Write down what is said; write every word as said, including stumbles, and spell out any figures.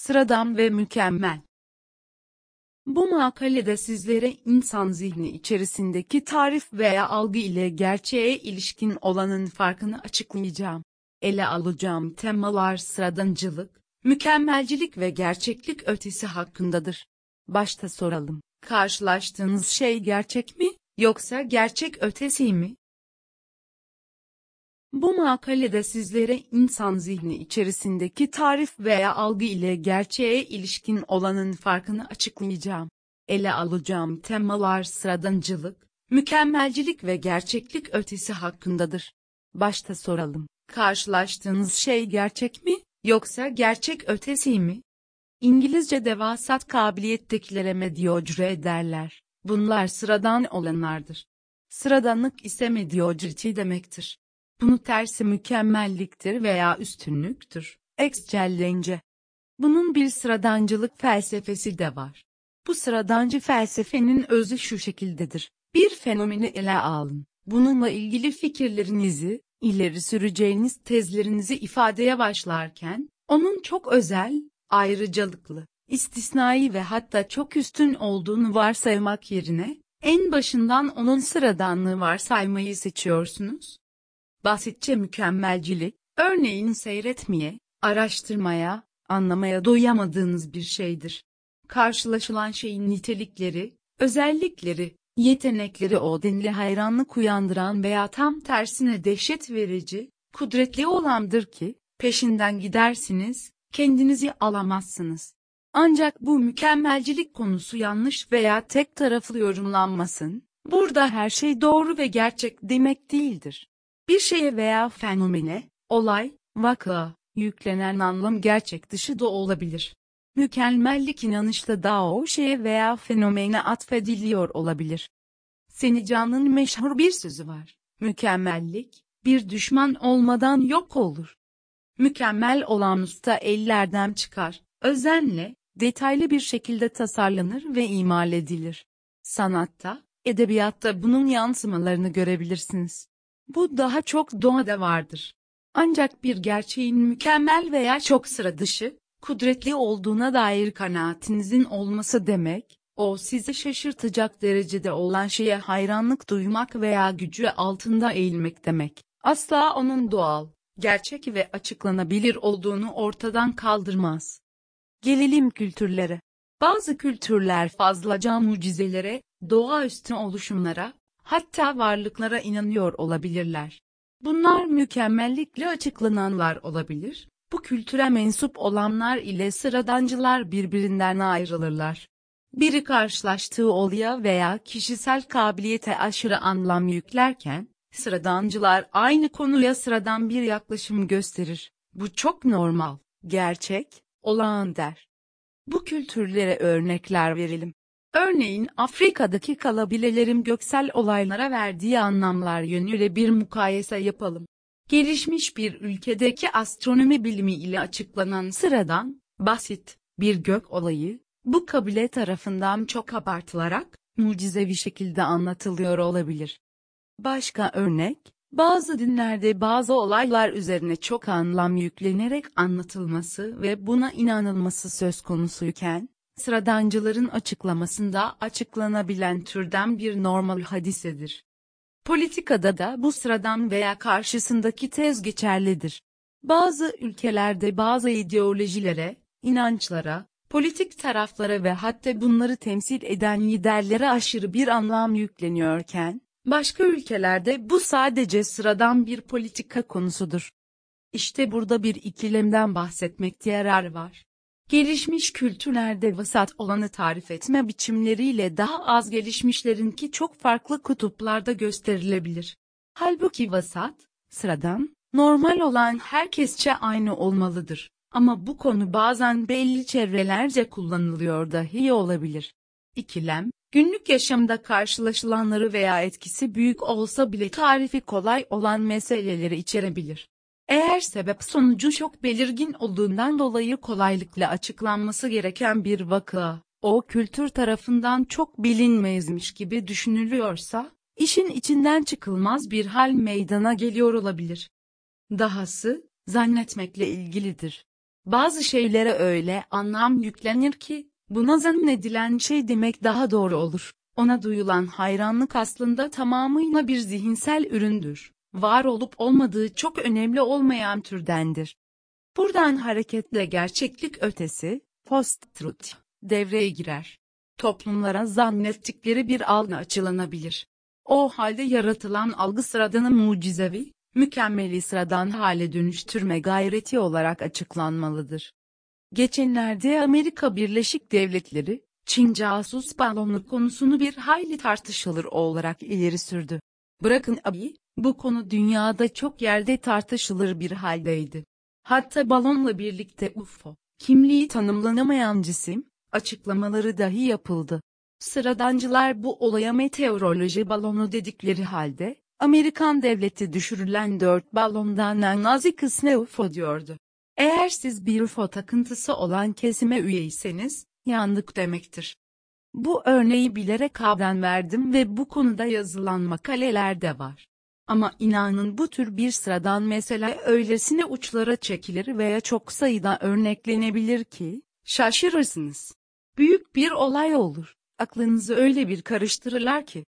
Sıradan ve mükemmel. Bu makalede sizlere insan zihni içerisindeki tarif veya algı ile gerçeğe ilişkin olanın farkını açıklayacağım. Ele alacağım temalar sıradançılık, mükemmelcilik ve gerçeklik ötesi hakkındadır. Başta soralım, karşılaştığınız şey gerçek mi, yoksa gerçek ötesi mi? Bu makalede sizlere insan zihni içerisindeki tarif veya algı ile gerçeğe ilişkin olanın farkını açıklayacağım. Ele alacağım temalar sıradançılık, mükemmelcilik ve gerçeklik ötesi hakkındadır. Başta soralım, karşılaştığınız şey gerçek mi, yoksa gerçek ötesi mi? İngilizce'de vasat kabiliyettekilere mediocre derler. Bunlar sıradan olanlardır. Sıradanlık ise mediocrity demektir. Bunun tersi mükemmelliktir veya üstünlüktür, excellence. Bunun bir sıradancılık felsefesi de var. Bu sıradancı felsefenin özü şu şekildedir. Bir fenomeni ele alın. Bununla ilgili fikirlerinizi, ileri süreceğiniz tezlerinizi ifadeye başlarken, onun çok özel, ayrıcalıklı, istisnai ve hatta çok üstün olduğunu varsaymak yerine, en başından onun sıradanlığı varsaymayı seçiyorsunuz. Basitçe mükemmelcilik, örneğin seyretmeye, araştırmaya, anlamaya doyamadığınız bir şeydir. Karşılaşılan şeyin nitelikleri, özellikleri, yetenekleri o denli hayranlık uyandıran veya tam tersine dehşet verici, kudretli olandır ki, peşinden gidersiniz, kendinizi alamazsınız. Ancak bu mükemmelcilik konusu yanlış veya tek taraflı yorumlanmasın, burada her şey doğru ve gerçek demek değildir. Bir şeye veya fenomene, olay, vaka, yüklenen anlam gerçek dışı da olabilir. Mükemmellik inanışta da o şeye veya fenomene atfediliyor olabilir. Seni Can'ın meşhur bir sözü var. Mükemmellik, bir düşman olmadan yok olur. Mükemmel olan usta ellerden çıkar, özenle, detaylı bir şekilde tasarlanır ve imal edilir. Sanatta, edebiyatta bunun yansımalarını görebilirsiniz. Bu daha çok doğada vardır. Ancak bir gerçeğin mükemmel veya çok sıra dışı, kudretli olduğuna dair kanaatinizin olması demek, o sizi şaşırtacak derecede olan şeye hayranlık duymak veya gücü altında eğilmek demek. Asla onun doğal, gerçek ve açıklanabilir olduğunu ortadan kaldırmaz. Gelelim kültürlere. Bazı kültürler fazlaca mucizelere, doğaüstü oluşumlara, hatta varlıklara inanıyor olabilirler. Bunlar mükemmellikle açıklananlar olabilir. Bu kültüre mensup olanlar ile sıradancılar birbirinden ayrılırlar. Biri karşılaştığı olaya veya kişisel kabiliyete aşırı anlam yüklerken, sıradancılar aynı konuya sıradan bir yaklaşım gösterir. Bu çok normal, gerçek, olağan der. Bu kültürlere örnekler verelim. Örneğin Afrika'daki kabilelerin göksel olaylara verdiği anlamlar yönüyle bir mukayese yapalım. Gelişmiş bir ülkedeki astronomi bilimi ile açıklanan sıradan, basit, bir gök olayı, bu kabile tarafından çok abartılarak, mucizevi şekilde anlatılıyor olabilir. Başka örnek, bazı dinlerde bazı olaylar üzerine çok anlam yüklenerek anlatılması ve buna inanılması söz konusuyken, sıradancıların açıklamasında açıklanabilen türden bir normal hadisedir. Politikada da bu sıradan veya karşısındaki tez geçerlidir. Bazı ülkelerde bazı ideolojilere, inançlara, politik taraflara ve hatta bunları temsil eden liderlere aşırı bir anlam yükleniyorken, başka ülkelerde bu sadece sıradan bir politika konusudur. İşte burada bir ikilemden bahsetmekte yarar var. Gelişmiş kültürlerde vasat olanı tarif etme biçimleriyle daha az gelişmişlerinki çok farklı kutuplarda gösterilebilir. Halbuki vasat, sıradan, normal olan herkesçe aynı olmalıdır. Ama bu konu bazen belli çevrelerce kullanılıyor dahi olabilir. İkilem, günlük yaşamda karşılaşılanları veya etkisi büyük olsa bile tarifi kolay olan meseleleri içerebilir. Eğer sebep sonucu çok belirgin olduğundan dolayı kolaylıkla açıklanması gereken bir vaka, o kültür tarafından çok bilinmezmiş gibi düşünülüyorsa, işin içinden çıkılmaz bir hal meydana geliyor olabilir. Dahası, zannetmekle ilgilidir. Bazı şeylere öyle anlam yüklenir ki, buna zannedilen şey demek daha doğru olur. Ona duyulan hayranlık aslında tamamıyla bir zihinsel üründür. Var olup olmadığı çok önemli olmayan türdendir. Buradan hareketle gerçeklik ötesi, post-truth, devreye girer. Toplumlara zannettikleri bir algı açılanabilir. O halde yaratılan algı sıradanı mucizevi, mükemmeli sıradan hale dönüştürme gayreti olarak açıklanmalıdır. Geçenlerde Amerika Birleşik Devletleri, Çin casus balonu konusunu bir hayli tartışılır olarak ileri sürdü. Bırakın abi, bu konu dünyada çok yerde tartışılır bir haldeydi. Hatta balonla birlikte U F O, kimliği tanımlanamayan cisim, açıklamaları dahi yapıldı. Sıradancılar bu olaya meteoroloji balonu dedikleri halde, Amerikan devleti düşürülen dört balondan en nazik kısmı U F O diyordu. Eğer siz bir U F O takıntısı olan kesime üyeyseniz, yandık demektir. Bu örneği bilerek habren verdim ve bu konuda yazılan makaleler de var. Ama inanın bu tür bir sıradan mesele öylesine uçlara çekilir veya çok sayıda örneklenebilir ki, şaşırırsınız. Büyük bir olay olur, aklınızı öyle bir karıştırırlar ki,